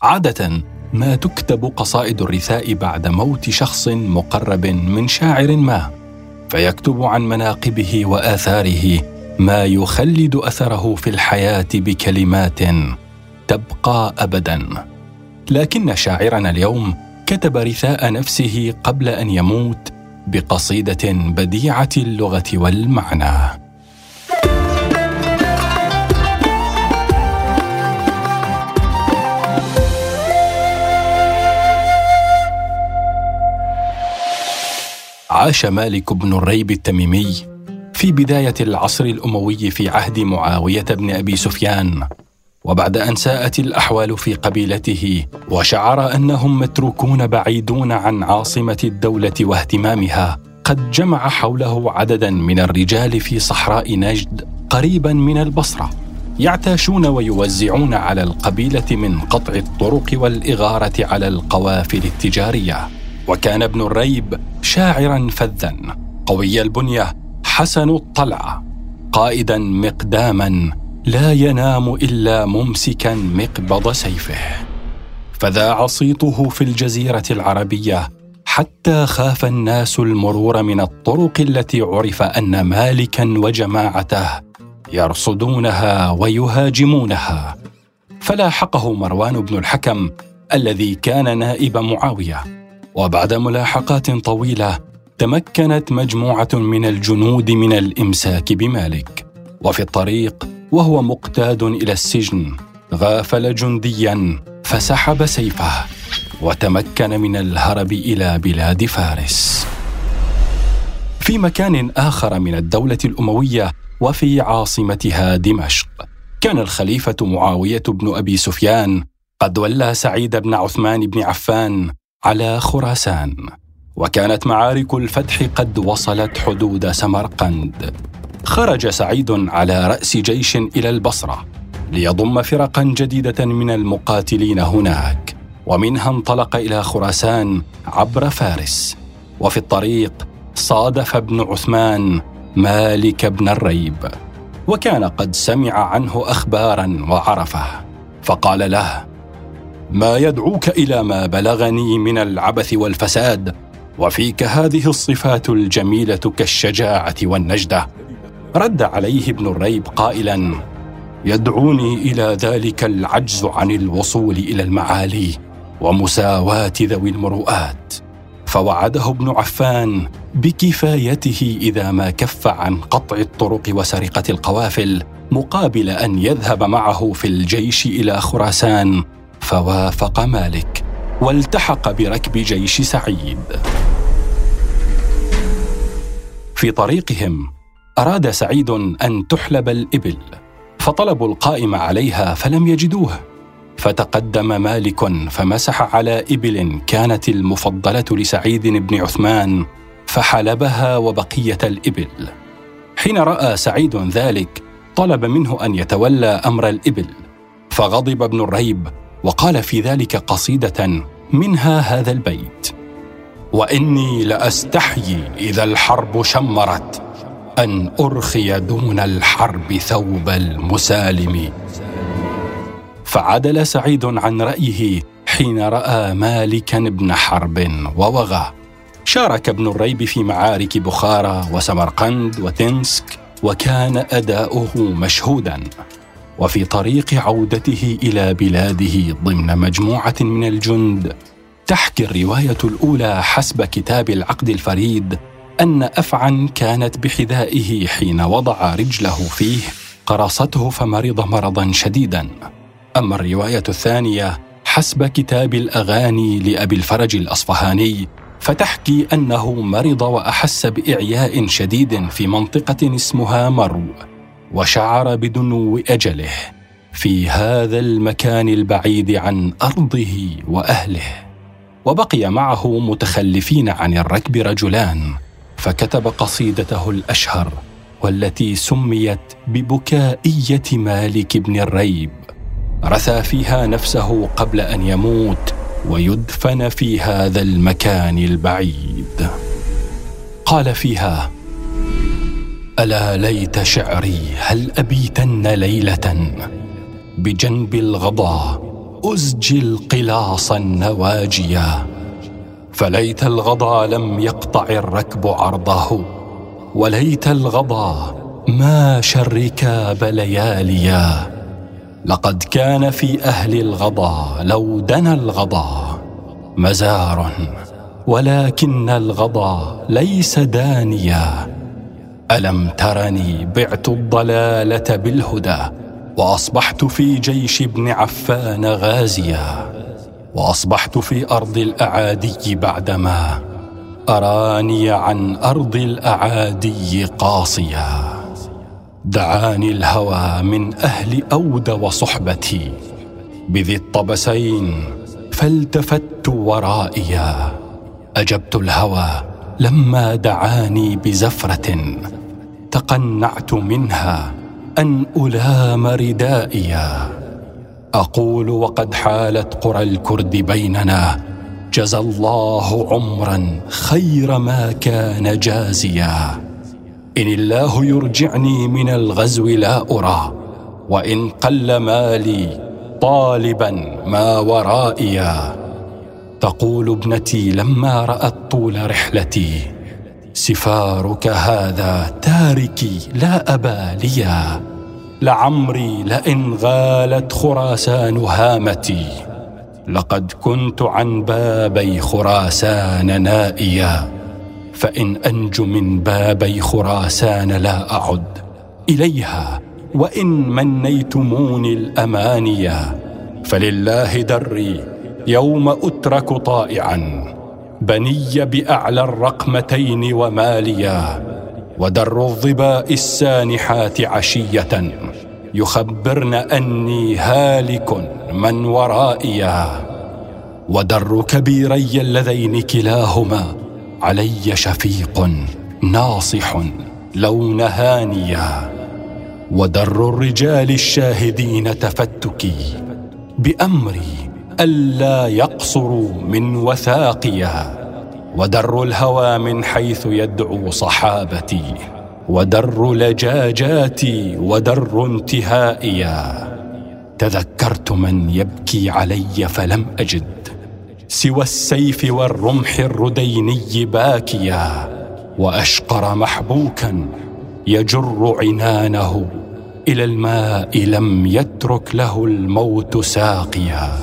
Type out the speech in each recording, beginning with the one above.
عادة ما تكتب قصائد الرثاء بعد موت شخص مقرب من شاعر ما، فيكتب عن مناقبه وآثاره ما يخلد أثره في الحياة بكلمات تبقى أبداً. لكن شاعرنا اليوم كتب رثاء نفسه قبل أن يموت بقصيدة بديعة اللغة والمعنى. عاش مالك بن الريب التميمي في بداية العصر الأموي في عهد معاوية بن أبي سفيان، وبعد أن ساءت الأحوال في قبيلته وشعر أنهم متروكون بعيدون عن عاصمة الدولة واهتمامها، قد جمع حوله عدداً من الرجال في صحراء نجد قريباً من البصرة، يعتاشون ويوزعون على القبيلة من قطع الطرق والإغارة على القوافل التجارية. وكان ابن الريب شاعراً فذاً قوي البنية حسن الطلعة، قائداً مقداماً لا ينام إلا ممسكاً مقبض سيفه، فذاع صيته في الجزيرة العربية حتى خاف الناس المرور من الطرق التي عرف أن مالكاً وجماعته يرصدونها ويهاجمونها. فلاحقه مروان بن الحكم الذي كان نائب معاوية، وبعد ملاحقات طويلة تمكنت مجموعة من الجنود من الإمساك بمالك، وفي الطريق وهو مقتاد إلى السجن غافل جندياً فسحب سيفه وتمكن من الهرب إلى بلاد فارس. في مكان آخر من الدولة الأموية وفي عاصمتها دمشق، كان الخليفة معاوية بن أبي سفيان قد ولى سعيد بن عثمان بن عفان على خراسان، وكانت معارك الفتح قد وصلت حدود سمرقند. خرج سعيد على رأس جيش إلى البصرة ليضم فرقاً جديدة من المقاتلين هناك، ومنها انطلق إلى خراسان عبر فارس. وفي الطريق صادف ابن عثمان مالك بن الريب، وكان قد سمع عنه أخباراً وعرفه، فقال له: ما يدعوك إلى ما بلغني من العبث والفساد، وفيك هذه الصفات الجميلة كالشجاعة والنجدة؟ رد عليه ابن الريب قائلاً: يدعوني إلى ذلك العجز عن الوصول إلى المعالي ومساواة ذوي المروءات. فوعده ابن عفان بكفايته إذا ما كف عن قطع الطرق وسرقة القوافل، مقابل أن يذهب معه في الجيش إلى خراسان. فوافق مالك والتحق بركب جيش سعيد. في طريقهم أراد سعيد أن تحلب الإبل، فطلبوا القائم عليها فلم يجدوه، فتقدم مالك فمسح على إبل كانت المفضلة لسعيد بن عثمان فحلبها وبقية الإبل. حين رأى سعيد ذلك طلب منه أن يتولى أمر الإبل، فغضب ابن الريب وقال في ذلك قصيدة منها هذا البيت: وإني لأستحيي إذا الحرب شمرت أن أرخي دون الحرب ثوب المسالم. فعدل سعيد عن رأيه حين رأى مالكا بن حرب ووغى. شارك ابن الريب في معارك بخارى وسمرقند وتنسك، وكان أداؤه مشهودا. وفي طريق عودته إلى بلاده ضمن مجموعة من الجند، تحكي الرواية الأولى حسب كتاب العقد الفريد أن أفعى كانت بحذائه حين وضع رجله فيه قرصته فمرض مرضا شديدا. أما الرواية الثانية حسب كتاب الأغاني لأبي الفرج الأصفهاني، فتحكي أنه مرض وأحس بإعياء شديد في منطقة اسمها مرو، وشعر بدنو أجله في هذا المكان البعيد عن أرضه وأهله. وبقي معه متخلفين عن الركب رجلان، فكتب قصيدته الأشهر والتي سميت ببكائية مالك بن الريب، رثى فيها نفسه قبل أن يموت ويدفن في هذا المكان البعيد. قال فيها: ألا ليت شعري هل أبيتن ليلة بجنب الغضا أزجي القلاص النواجيا. فليت الغضا لم يقطع الركب عرضه، وليت الغضا ماشى الركاب لياليا. لقد كان في أهل الغضا لو دنا الغضا مزار، ولكن الغضا ليس دانيا. ألم ترني بعت الضلالة بالهدى، وأصبحت في جيش ابن عفان غازيا. وأصبحت في أرض الأعادي بعدما أراني عن أرض الأعادي قاصيا. دعاني الهوى من أهل أود وصحبتي بذي الطبسين، فالتفت ورائيا. أجبت الهوى لما دعاني بزفرة، تقنعت منها أن ألام ردائيا. أقول وقد حالت قرى الكرد بيننا، جزى الله عمرا خير ما كان جازيا. إن الله يرجعني من الغزو لا أرى، وإن قل مالي طالبا ما ورائيا. تقول ابنتي لما رأت طول رحلتي، سفارك هذا تاركي لا أبا ليا. لعمري لئن غالت خراسان هامتي، لقد كنت عن بابي خراسان نائيا. فإن أنج من بابي خراسان لا أعد إليها، وإن منيتموني الأمانيا. فلله دري يوم أترك طائعا، بني بأعلى الرقمتين وماليا. ودر الظباء السانحات عشية، يخبرن أني هالك من ورائيا. ودر كبيري اللذين كلاهما علي شفيق ناصح لو نهانيا. ودر الرجال الشاهدين تفتكي بأمري ألا يقصروا من وثاقيا. ودر الهوى من حيث يدعو صحابتي، ودر لجاجاتي ودر انتهائيا. تذكرت من يبكي علي فلم أجد سوى السيف والرمح الرديني باكيا. وأشقر محبوكا يجر عنانه إلى الماء لم يترك له الموت ساقيا.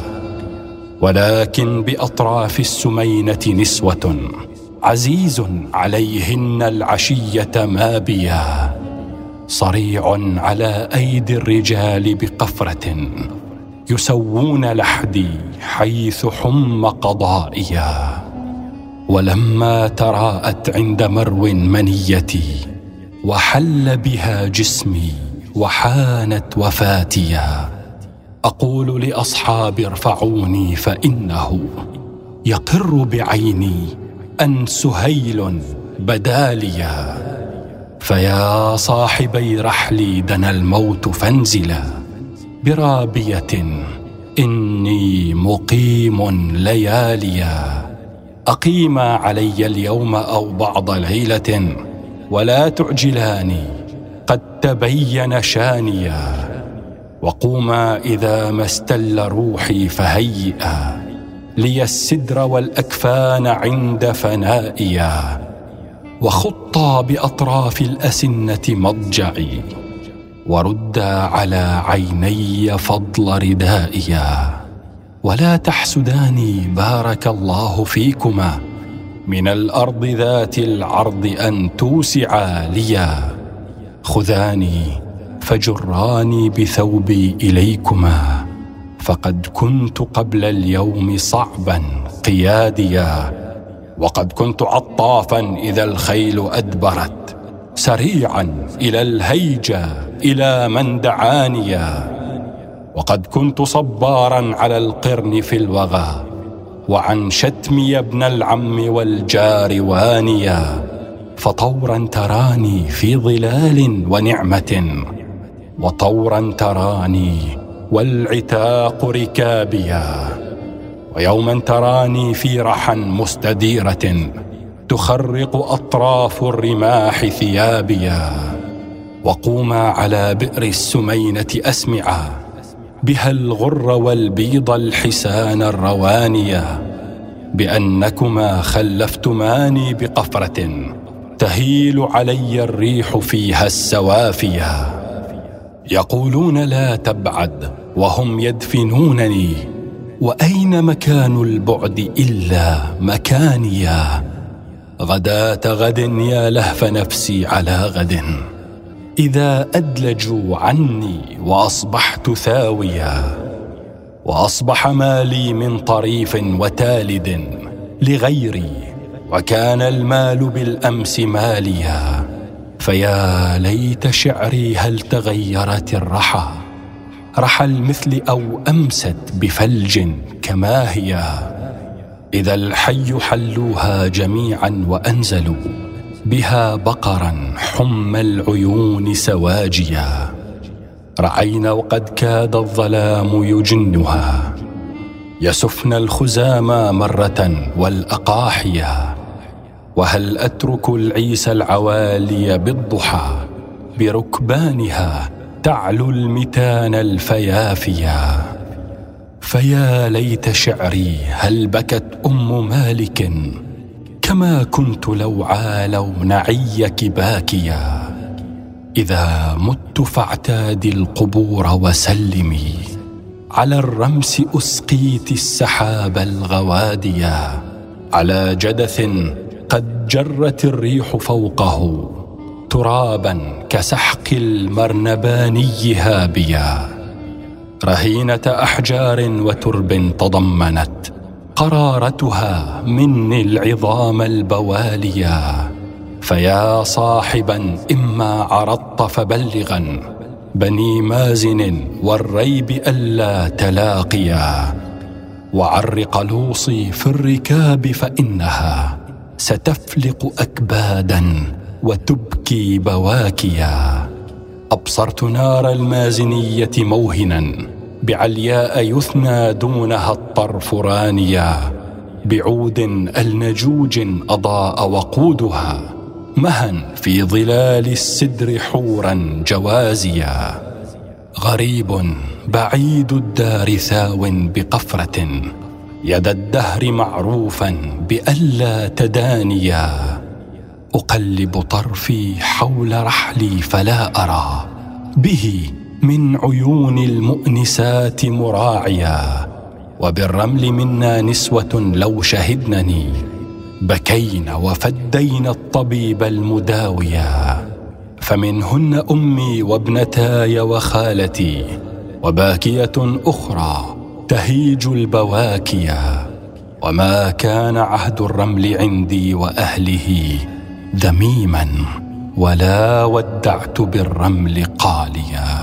ولكن بأطراف السمينة نسوة عزيز عليهن العشية مابيا، صريع على أيدي الرجال بقفرة، يسوون لحدي حيث حم قضائيا. ولما تراءت عند مرو منيتي، وحل بها جسمي وحانت وفاتيا، أقول لأصحابي ارفعوني، فإنه يقر بعيني أن سهيل بداليا. فيا صاحبي رحلي دنا الموت فانزلا برابية، إني مقيم لياليا. أقيما علي اليوم أو بعض ليلة، ولا تعجلاني قد تبين شانيا. وقوما إذا ما استل روحي فهيئا لي السدر والأكفان عند فنائيا. وخطا بأطراف الأسنة مضجعي، وردا على عيني فضل ردائيا. ولا تحسداني بارك الله فيكما من الأرض ذات العرض أن توسعا ليا. خذاني فجراني بثوبي إليكما، فقد كنت قبل اليوم صعبا قياديا. وقد كنت عطافا إذا الخيل أدبرت، سريعا إلى الهيجة إلى من دعانيا. وقد كنت صبارا على القرن في الوغى، وعن شتمي ابن العم والجار وانيا. فطورا تراني في ظلال ونعمة، وطورا تراني والعتاق ركابيا. ويوما تراني في رحى مستديرة، تخرق أطراف الرماح ثيابيا. وقوما على بئر السمينة أسمعا بها الغر والبيض الحسان الروانيا، بأنكما خلفتماني بقفرة تهيل علي الريح فيها السوافيا. يقولون لا تبعد وهم يدفنونني، وأين مكان البعد إلا مكانيا. غداة غد يا لهف نفسي على غد، إذا أدلجوا عني وأصبحت ثاويا. وأصبح مالي من طريف وتالد لغيري، وكان المال بالأمس ماليا. فيا ليت شعري هل تغيرت الرحى، رحى المثل أو أمست بفلج كما هي. إذا الحي حلوها جميعا وأنزلوا بها بقرا حمى العيون سواجيا. رعينا وقد كاد الظلام يجنها، يسفن الخزامى مرة والأقاحيا. وهل أترك العيس العوالي بالضحى، بركبانها تعلو المتان الفيافيا. فيا ليت شعري هل بكت أم مالك، كما كنت لو عالوا نعيك باكيا. إذا مت فاعتادي القبور وسلمي، على الرمس أسقيت السحاب الغواديا. على جدث قد جرت الريح فوقه، ترابا كسحق المرنباني هابيا. رهينة أحجار وترب تضمنت قرارتها مني العظام البواليا. فيا صاحبا إما عرضت فبلغا بني مازن والريب ألا تلاقيا. وعر قلوصي في الركاب فإنها ستفلق أكبادا وتبكي بواكيا. أبصرت نار المازنية موهنا بعلياء يثنى دونها الطرف رانيا. بعود النجوج أضاء وقودها مهن في ظلال السدر حورا جوازيا. غريب بعيد الدار ثاو بقفرة، يد الدهر معروفا بألا تدانيا. أقلب طرفي حول رحلي فلا أرى به من عيون المؤنسات مراعيا. وبالرمل منا نسوة لو شهدنني بكين وفدين الطبيب المداويا. فمنهن أمي وابنتاي وخالتي، وباكية أخرى تهيج البواكيا. وما كان عهد الرمل عندي وأهله ذميما، ولا ودعت بالرمل قاليا.